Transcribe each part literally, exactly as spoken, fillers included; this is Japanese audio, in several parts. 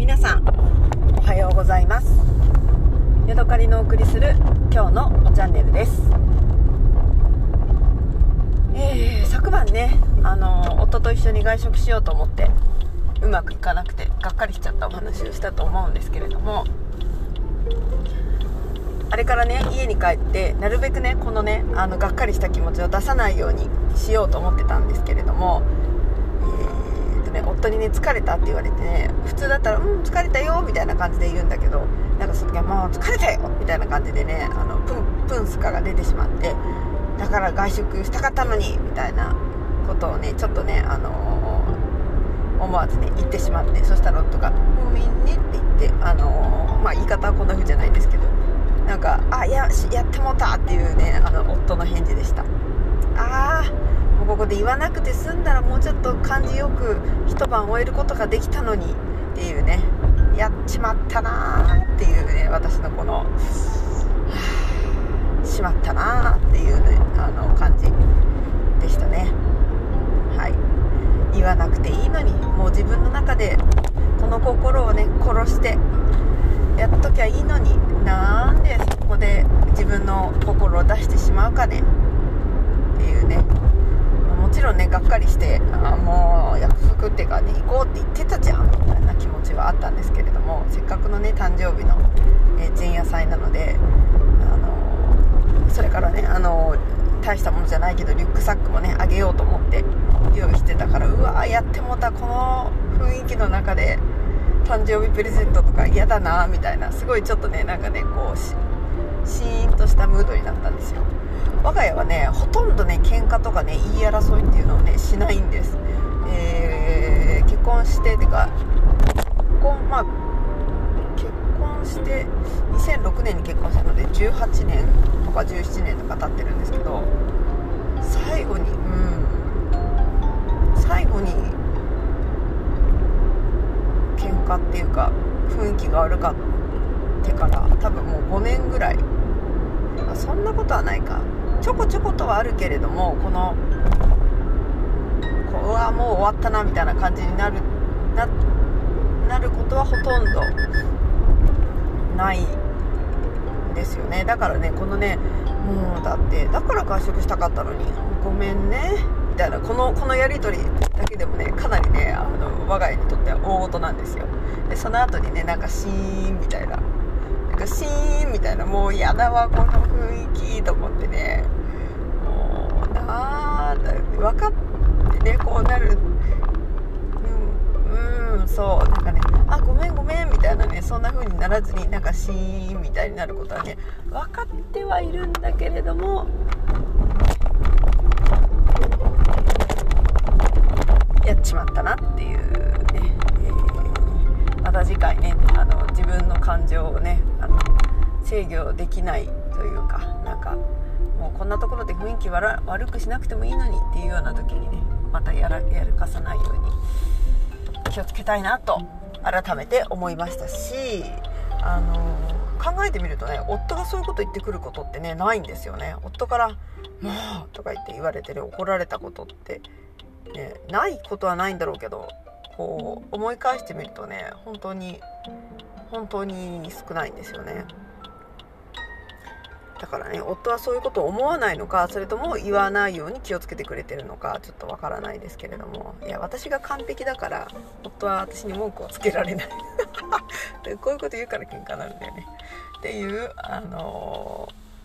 皆さんおはようございます。ヤドカリのお送りする今日のチャンネルです。えー、昨晩ねあの夫と一緒に外食しようと思ってうまくいかなくてがっかりしちゃったお話をしたと思うんですけれども、あれからね家に帰ってなるべくねこのねあのがっかりした気持ちを出さないようにしようと思ってたんですけれども、えーとね、夫にね疲れたって言われてね、普通だったらうん疲れたよみたいな感じで言うんだけど、なんかその時はもう疲れたよみたいな感じでねあのプンプンスカが出てしまって、だから外食したかったのにみたいなことをねちょっとねあのー、思わずね言ってしまって、そしたら夫がごめんねって言って、あのー、まあ言い方はこんな風じゃないんですけど、なんかあややってもうたっていうねあの夫の返事でした。あーもうここで言わなくて済んだらもうちょっと感じよく一晩終えることができたのにっていうね、やっちまったなーっていうね私のこのしまったなーっていうねあの感じでしたね。はい、言わなくていいのにもう自分の中でこの心をね殺してやっときゃいいのに、なんでそこで自分の心を出してしまうかねっていうね、もちろんねがっかりしてあもう約束っていうかね行こうって言ってたじゃんみたいな気持ちはあったんですけれども、せっかくのね誕生日の、えー、前夜祭なので、あのー、それからねあのー、大したものじゃないけどリュックサックもねあげようと思って用意してたから、うわーやってもうた、この雰囲気の中で誕生日プレゼントとか嫌だなみたいな、すごいちょっとねなんかねこう し, シーンとしたムードになったんですよ。我が家はねほとんどね喧嘩とかね言い争いっていうのをねしないんです。えー、結婚しててか結婚まあ結婚してにせんろくねんに結婚したのでじゅうはちねんとかじゅうななねんとか経ってるんですけど、最後にうん最後に喧嘩っていうか雰囲気が悪かってから多分もうごねんぐらい、あそんなことはないか、ちょこちょことはあるけれども、このこううわもう終わったなみたいな感じになる な, なることはほとんどないんですよね。だからねこのねもうだってだから外食したかったのにごめんねみたいなこのこのやり取りだけでもねかなりねあの我が家にとっては大事なんですよ。でその後にねなんかシーンみたいななんかシーンみたいな、もうやだわこの雰囲気と思ってね、もうなーだ分かってねこうなる、うんうんそうなんかねあごめんごめんみたいなねそんな風にならずになんかシーンみたいになることはね分かってはいるんだけれども、やっちまったなっていうね、えー、また次回ねあの自分の感情をねあの制御できないというか、なんかもうこんなところで雰囲気悪、悪くしなくてもいいのにっていうような時にねまたやら、やらかさないように気をつけたいなと改めて思いましたし、あの考えてみるとね夫がそういうこと言ってくることってねないんですよね。夫からもうとか言って言われてね怒られたことってね、ないことはないんだろうけど、こう思い返してみるとね本当に本当に少ないんですよね。だからね夫はそういうことを思わないのか、それとも言わないように気をつけてくれてるのかちょっとわからないですけれども、いや私が完璧だから夫は私に文句をつけられないでこういうこと言うから喧嘩になるんだよねっていうあの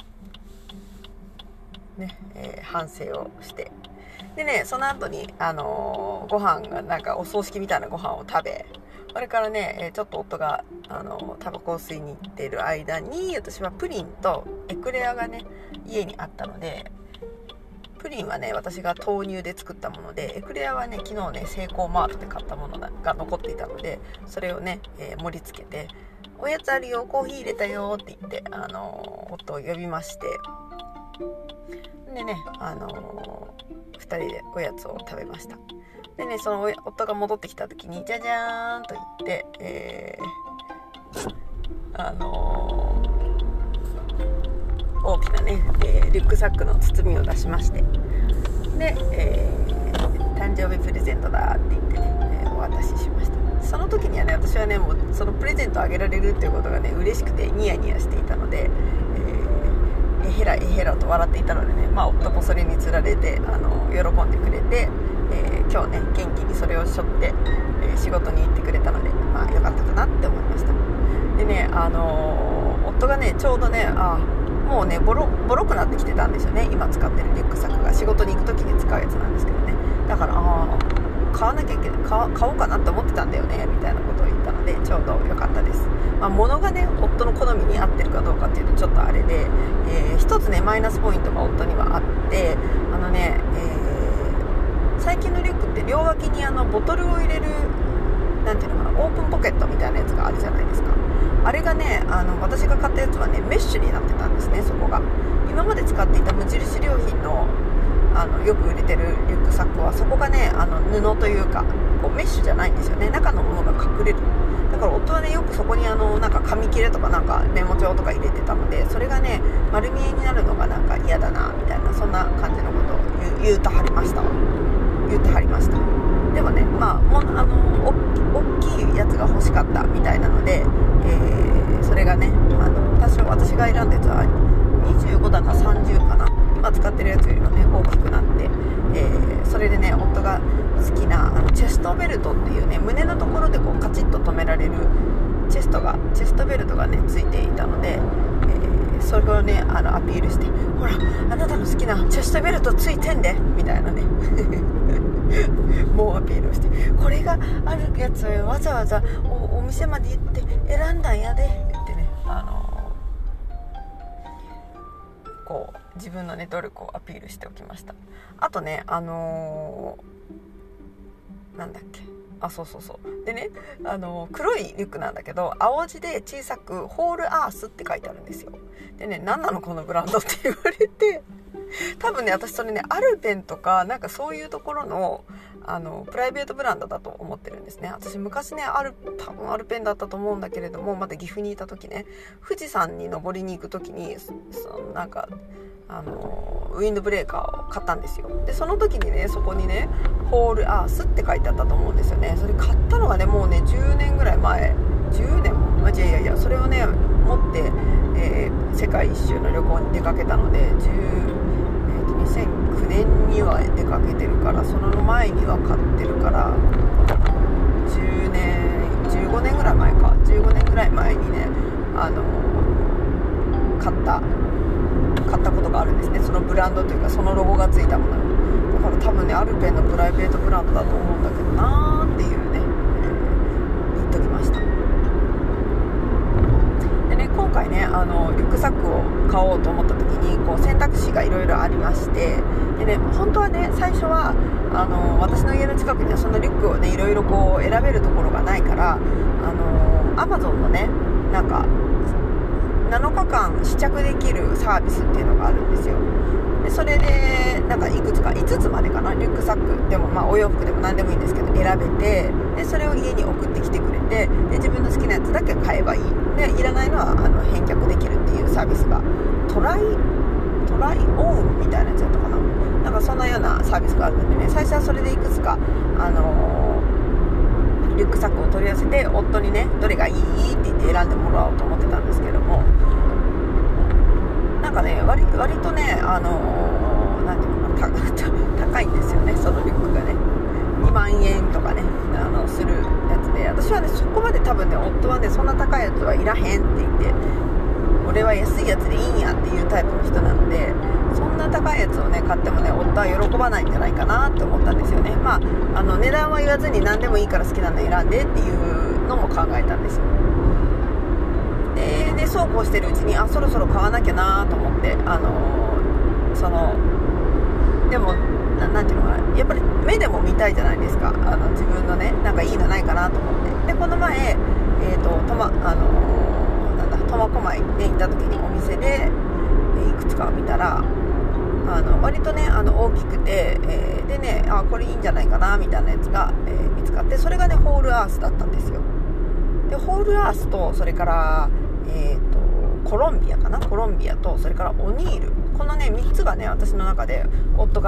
ー、ね、えー、反省をしてでね、その後に、あのー、ご飯がなんかお葬式みたいなご飯を食べ、それからね、えー、ちょっと夫が、あのー、タバコを吸いに行っている間に私はプリンとエクレアがね家にあったので、プリンはね私が豆乳で作ったもので、エクレアはね昨日ねセイコーマートで買ったものが残っていたので、それをね、えー、盛り付けておやつあるよコーヒー入れたよって言って、あのー、夫を呼びまして、でね、あのー、ふたりでおやつを食べました。でね、その夫が戻ってきた時にじゃじゃーんと言って、えー、あのー、大きなね、えー、リュックサックの包みを出しまして、で、えー、誕誕生日プレゼントだって言ってね、えー、お渡ししました。その時にはね、私はねもうそのプレゼントをあげられるっていうことがね嬉しくてニヤニヤしていたので、えー、えへらえへらと笑っていたのでね、まあ夫もそれにつられてあの喜んでくれて、えー、今日ね元気にそれを背負って、えー、仕事に行ってくれたので、まあ良かったかなって思いました。でね、あのー、夫がねちょうどねあもうねボロボロくなってきてたんですよね。今使ってるリュックサックが仕事に行く時に使うやつなんですけどね。だからあ買わなきゃいけない 買, 買おうかなって思ってたんだよねみたいなことを言ったのでちょうど良かったです。まあ、物がね夫の好みに合ってるかどうかっていうとちょっとあれで、えー、一つねマイナスポイントが夫にはあって、あのね、えー、最近のリュックって両脇にあのボトルを入れるなんていうのかな、オープンポケットみたいなやつがあるじゃないですか。あれがねあの私が買ったやつはねメッシュになってたんですね。そこが今まで使っていた無印良品のあのよく売れてるリュックサックはそこがねあの布というかこうメッシュじゃないんですよね。中のものが隠れる。だから夫はねよくそこにあのなんか紙切れとかなんかメモ帳とか入れてたので、それがね丸見えになるのがなんか嫌だなみたいな、そんな感じのことを言う、言うとはりました言うとはりました。でもねまあもうあの大きいやつが欲しかったみたいなので、えー、それがねあの多少私が選んだやつはにじゅうごだかさんじゅうかな、今使ってるやつよりもね大きくなって、えー、それでね夫が好きなあのチェストベルトっていうね胸のところでこうカチッと止められるチェストがチェストベルトがねついていたので、えー、それをねあのアピールして、ほらあなたの好きなチェストベルトついてんでみたいなねもうアピールをして、これがあるやつわざわざ お, お店まで行って選んだんやでってね、あのー、こう自分のね努力をアピールしておきました。あとねあのー、なんだっけあそうそうそうでね、あのー、黒いリュックなんだけど青字で小さくホールアースって書いてあるんですよ。でね、何なのこのブランドって言われて、多分ね私それねアルペンとかなんかそういうところのあのプライベートブランドだと思ってるんですね。私昔ねアル多分アルペンだったと思うんだけれども、まだ岐阜にいた時ね富士山に登りに行く時にそのなんかあのウィンドブレーカーを買ったんですよ。でその時にねそこにねホールアースって書いてあったと思うんですよね。それ買ったのがねもうねじゅうねんぐらい前、じゅうねんもいやいやいやそれをね持って、えー、世界一周の旅行に出かけたのでじゅうにせんきゅうねんには出かけてるから、その前には買ってるからじゅうねんじゅうごねんぐらい前かじゅうごねんぐらい前にねあの買った買ったことがあるんですね。そのブランドというかそのロゴがついたものだから多分ねアルペンのプライベートブランドだと思うんだけどなーっていうね、えー、言っときました。でね今回ねあのリュックサックを買おうと思った時にこう選択肢がいろいろありまして、でね本当はね最初はあの私の家の近くにはそのリュックをねいろいろこう選べるところがないから、あのアマゾンのねなんかなのかかん試着できるサービスっていうのがあるんですよ。でそれでなんかいくつかいつつまでかな、リュックサックでもまあお洋服でも何でもいいんですけど選べて、でそれを家に送ってきてくれて、で自分の好きなやつだけ買えばいい、でいらないのはあの返却できるっていうサービスがトライトライオンみたいなやつだったかな、なんかそんなようなサービスがあるのでね、最初はそれでいくつかあのー、リュックサックを取り寄せて夫にねどれがいいって言って選んでもらおうと思ってたんですけども、なんかね 割, 割とねあのー、なんていうのかな高いんですよね、そのリュックがねにまんえんとかねあのするやつで、私はねそこまで多分ね夫はねそんな高いやつはいらへんって言って、俺は安いやつでいいんやっていうタイプの人なので、そんな高いやつをね買ってもね夫は喜ばないんじゃないかなって思ったんですよね。まああの値段は言わずに何でもいいから好きなの選んでっていうのも考えたんですよ。で, でそうこうしてるうちにあそろそろ買わなきゃなと思って、あのー、そのでも な, なんていうのかなやっぱり目でも見たいじゃないですか、あの自分のねなんかいいのないかなと思って。でこの前、えーととまあのー、なんだ苫小牧に、ね、行った時にお店で、えー、いくつか見たらあの割とねあの大きくて、えー、でねあこれいいんじゃないかなみたいなやつが、えー、見つかって、それがねホールアースだったんですよ。でホールアースとそれからえー、とコロンビアかなコロンビアとそれからオニール、このねみっつがね私の中で夫が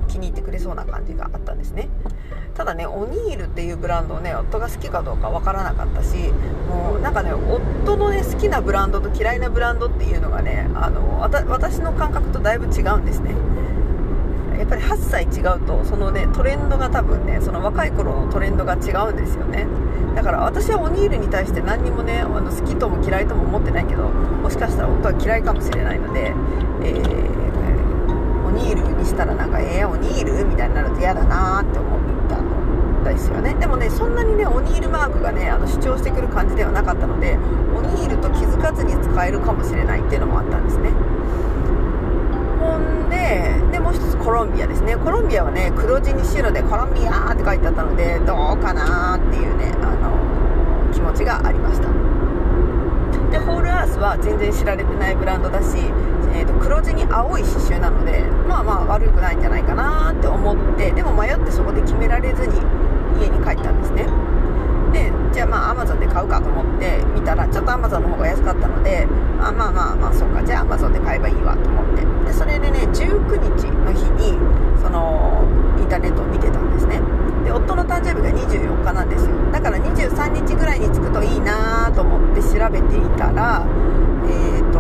気に入ってくれそうな感じがあったんですね。ただね、オニールっていうブランドをね夫が好きかどうかわからなかったし、もうなんかね夫のね好きなブランドと嫌いなブランドっていうのがねあの私の感覚とだいぶ違うんですね。やっぱりはっさい違うとそのねトレンドが多分ねその若い頃のトレンドが違うんですよね。だから私はオニールに対して何にもねあの好きとも嫌いとも思ってないけど、もしかしたら夫は嫌いかもしれないので、えー、オニールにしたらなんかえー、オニールみたいになると嫌だなって思ったんですよね。でもねそんなにねオニールマークがねあの主張してくる感じではなかったので、オニールと気づかずに使えるかもしれないっていうのもあったんですね。ほんで、でもう一つコロンビアですね。コロンビアはね黒地に白でコロンビアって書いてあったのでどうかなっていうねあの気持ちがありました。でホールアースは全然知られてないブランドだし、えーと黒地に青い刺繍なのでまあまあ悪くないんじゃないかなって思って、でも迷ってそこで決められずに家に帰ったんですね。でじゃあまあアマゾンで買うかと思って見たらちょっとアマゾンの方が安かったので、あまあまあまあそうか、じゃあアマゾンで買えばいいわと思って、でそれでねじゅうくにちの日にそのインターネットを見てたんですね。で夫の誕生日がにじゅうよっかなんですよ。だからにじゅうさんにちぐらいに着くといいなと思って調べていたら、えーと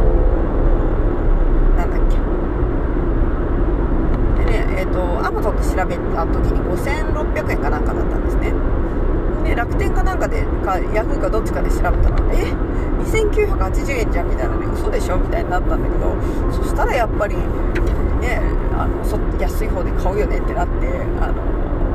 なんだっけでねえーとアマゾンで調べた時にごせんろっぴゃくえんかなんかだったんですね。で楽天かなんかでかヤフーかどっちかで調べたらえにせんきゅうひゃくはちじゅうえんじゃんみたいなね、嘘でしょみたいになったんだけど、そしたらやっぱりねあのそ安い方で買うよねってなってあの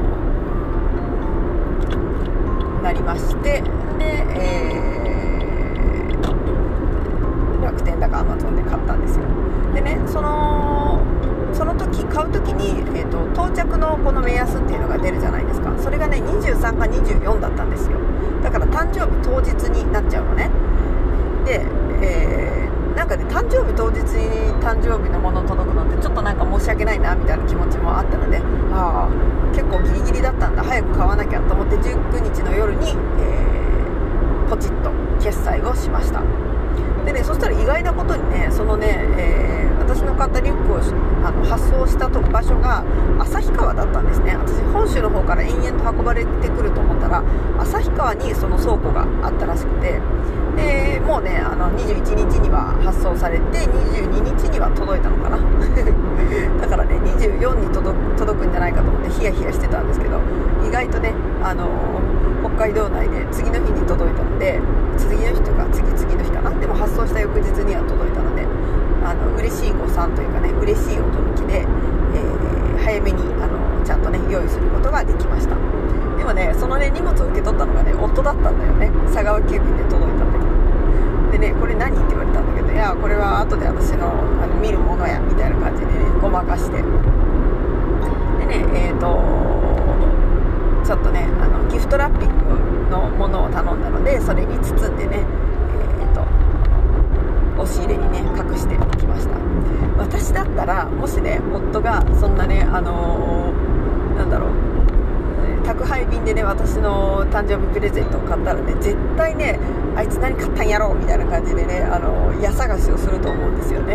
なりまして、で、えー、楽天だかアマゾンで買ったんですよ。でねそのその時買う時に、えーと、到着のこの目安っていうのが出るじゃないですか。それがねにじゅうさんかにじゅうよんだったんですよ。だから誕生日当日になっちゃうのね。で、えー、なんかね誕生日当日に誕生日のもの届くのってちょっとなんか申し訳ないなみたいな気持ちもあったので、ああ結構ギリギリだったんだ、早く買わなきゃと思ってじゅうくにちの夜に、えー、ポチッと決済をしました。でねそしたら意外なことにねそのね、えー、私の買ったリュックをあの発送したと場所が旭川だったんですね。私本州の方から延々と運ばれてくると思ったら旭川にその倉庫があったらしくて、でもうねあのにじゅういちにちには発送されてにじゅうににちには届いたのかなだからねにじゅうよっかに届く、届くんじゃないかと思ってヒヤヒヤしてたんですけど、意外とねあの北海道内で次の日に届いたので、次の日というか次々の日かな、でも発送した翌日には届いたのであの嬉しい誤算というかね嬉しい驚きで、えー、早めにあのちゃんとね用意することができました。でもねそのね荷物を受け取ったのがね夫だったんだよね。佐川急便で届いたんだけど、でねこれ何って言われたんだけど、いやこれは後で私の、あの見るものやみたいな感じでねごまかして、でねえーとちょっとねあのギフトラッピングのものを頼んだのでそれに包んでね、えーと押し入れにね隠しておきました。私だったらもしね夫がそんなねあのー、なんだろう宅配便でね私の誕生日プレゼントを買ったらね絶対ねあいつ何買ったんやろみたいな感じでねあの家探しをすると思うんですよね。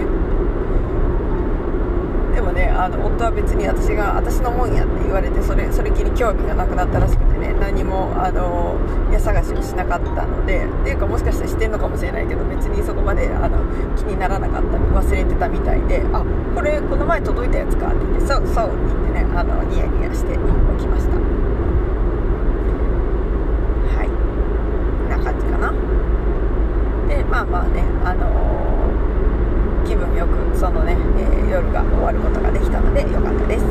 でもねあの夫は別に私が私のもんやって言われてそれそれきり興味がなくなったらしくてね、何もあの家探しをしなかったので、っていうかもしかしたらしてんのかもしれないけど別にそこまであの気にならなかった忘れてたみたいで、あこれこの前届いたやつかって言ってそうそうって言ってねあのニヤニヤしておきました。はいこんな感じかな。でまあまあねあのー、気分よくそのね、えー、夜が終わることができたのでよかったです。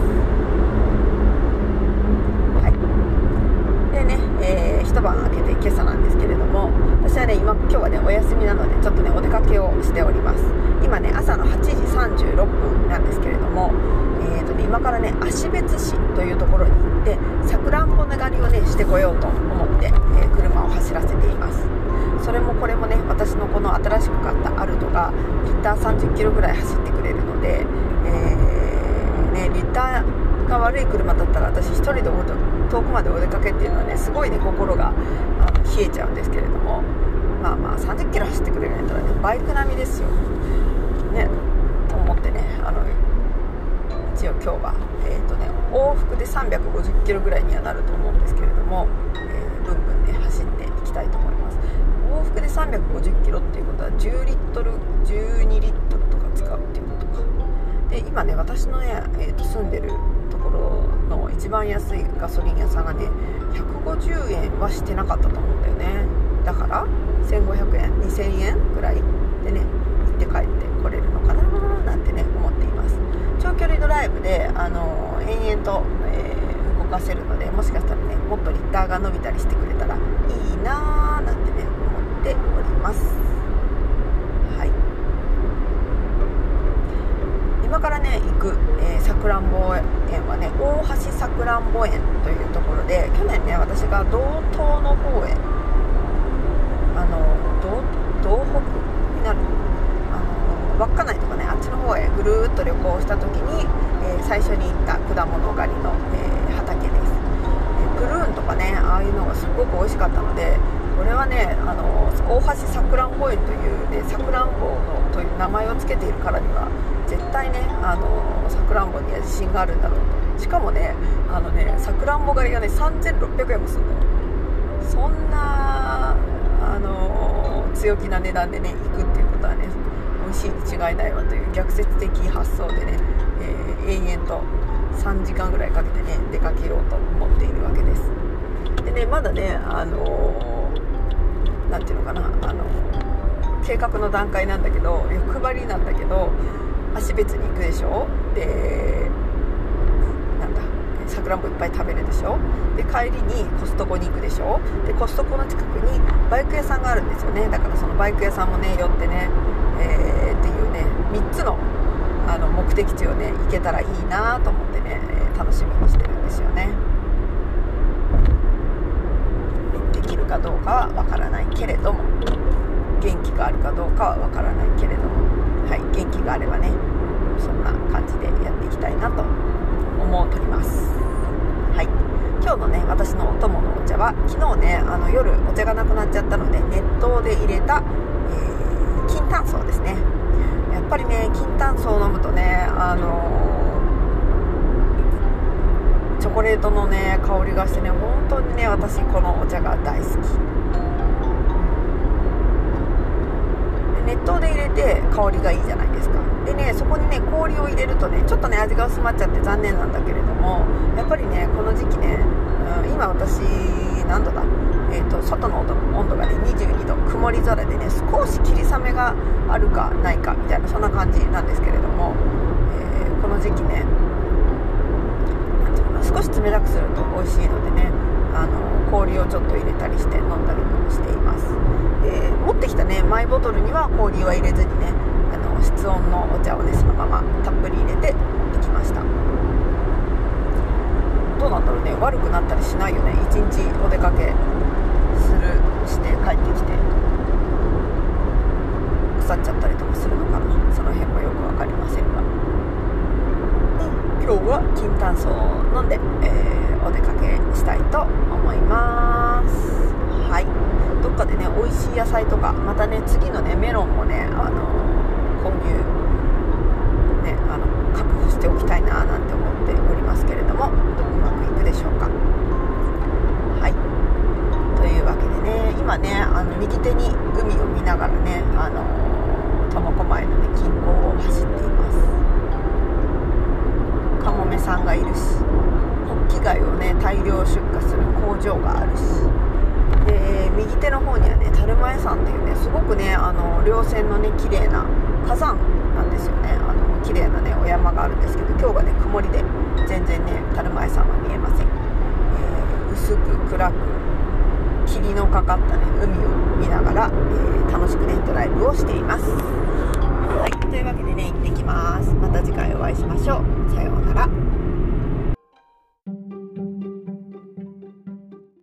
はいでね、えー、一晩明けて今朝なんですけれども、私はね今今日はねお休みなのでちょっとねお出かけをしております。今ね朝のはちじさんじゅうろっぷんなんですけれども、えーとね、今からね芦別市というところに行ってさくらんぼ狩りをねしてこようと思って、えー、車を走らせています。それもこれもね私のこの新しく買ったアルトがリッターさんじゅっキロぐらい走ってくれるので、えーね、リッターが悪い車だったら私一人で遠くまでお出かけっていうのはねすごいね心があの冷えちゃうんですけれども、まあまあさんじゅっキロ走ってくれるんやったらねバイク並みですよねと思ってねあの一応今日は、えーとね、往復でさんびゃくごじゅっキロぐらいにはなると思うんですけれども、えー、ブンブンね走っていきたいと思います。往復でさんびゃくごじゅっキロっていうことはじゅうリットルじゅうにリットルとか使うっていうことか。で今ね私のね、えー、と住んでるところの一番安いガソリン屋さんがねひゃくごじゅうえんはしてなかったと思うんだよね。だからせんごひゃくえんにせんえんぐらいでね行って帰ってこれるのかななんてね思っています。長距離ドライブであの延々と、えー、動かせるので、もしかしたらねもっとリッターが伸びたりしてくれたらいいなーなんてね思っております。はい、今からね行くさくらんぼ園はね大橋さくらんぼ園というところで、去年ね私が道東の方へあの 道, 道北になる稚内とかねあっちの方へぐるーっと旅行した時に、えー、最初に行った果物狩りの、えー、畑です。えー、プルーンとかねああいうのがすごく美味しかったので、これはねあの大橋さくらんぼ園というねさくらんぼのという名前を付けているからには絶対ねあのさくらんぼには自信があるんだろうと。しかもねあのねさくらんぼ狩りがねさんぜんろっぴゃくえんもするのよ。そんなあの強気な値段でね行くっていうことはね美味しいに違いないわという逆説的発想でね、えー、延々とさんじかんぐらいかけてね出かけようと思っているわけです。でねまだねあのー、なんていうのかなあのー、計画の段階なんだけど欲張りなんだけど芦別に行くでしょ。でなんださくらんぼいっぱい食べるでしょ。で帰りにコストコに行くでしょ。でコストコの近くにバイク屋さんがあるんですよね。だからそのバイク屋さんもね寄ってねえー、っていうねみっつの、あの目的地をね行けたらいいなと思ってね、えー、楽しみにしてるんですよね。できるかどうかはわからないけれども、元気があるかどうかはわからないけれども、はい、元気があればねそんな感じでやっていきたいなと思うとります。はい、今日のね私のお供のお茶は昨日ねあの夜お茶がなくなっちゃったので熱湯で入れた、えー金炭素ですね。やっぱりね金炭素を飲むとねあのー、チョコレートのね香りがしてね本当にね私このお茶が大好き。で熱湯で入れて香りがいいじゃないですか。でねそこにね氷を入れるとねちょっとね味が薄まっちゃって残念なんだけれども、やっぱりねこの時期ね、うん、今私何度だえー、と外の温度がねにじゅうにど、曇り空でね少し霧雨があるかないかみたいなそんな感じなんですけれども、えー、この時期ねなんていうのかな少し冷たくすると美味しいのでねあの氷をちょっと入れたりして飲んだりもしています。えー、持ってきたねマイボトルには氷は入れずにねあの室温のお茶をねそのままたっぷり入れて持ってきました。どうなんだろうね悪くなったりしないよね。一日お出かけするして帰ってきて腐っちゃったりとかするのかな。その辺もよく分かりませんが、今日は金炭素を飲んで、えー、お出かけしたいと思います。はい、どっかでね美味しい野菜とかまたね次のねメロンもねあの購入ねあの確保しておきたいななんて思っておりますけれども、うまくいくでしょうか。はい、というわけでね今ねあの右手に海を見ながらねあの苫小牧のね近郊を走っています。カモメさんがいるしホッキ貝をね大量出荷する工場があるし、で右手の方にはね樽前山っていうねすごくねあの稜線のね綺麗な火山なんですよね。あの綺麗なねお山があるんですけど今日がね曇りで全然ね樽前山は見えません。えー、薄く暗く霧のかかったね海を見ながら、えー、楽しくねドライブをしています。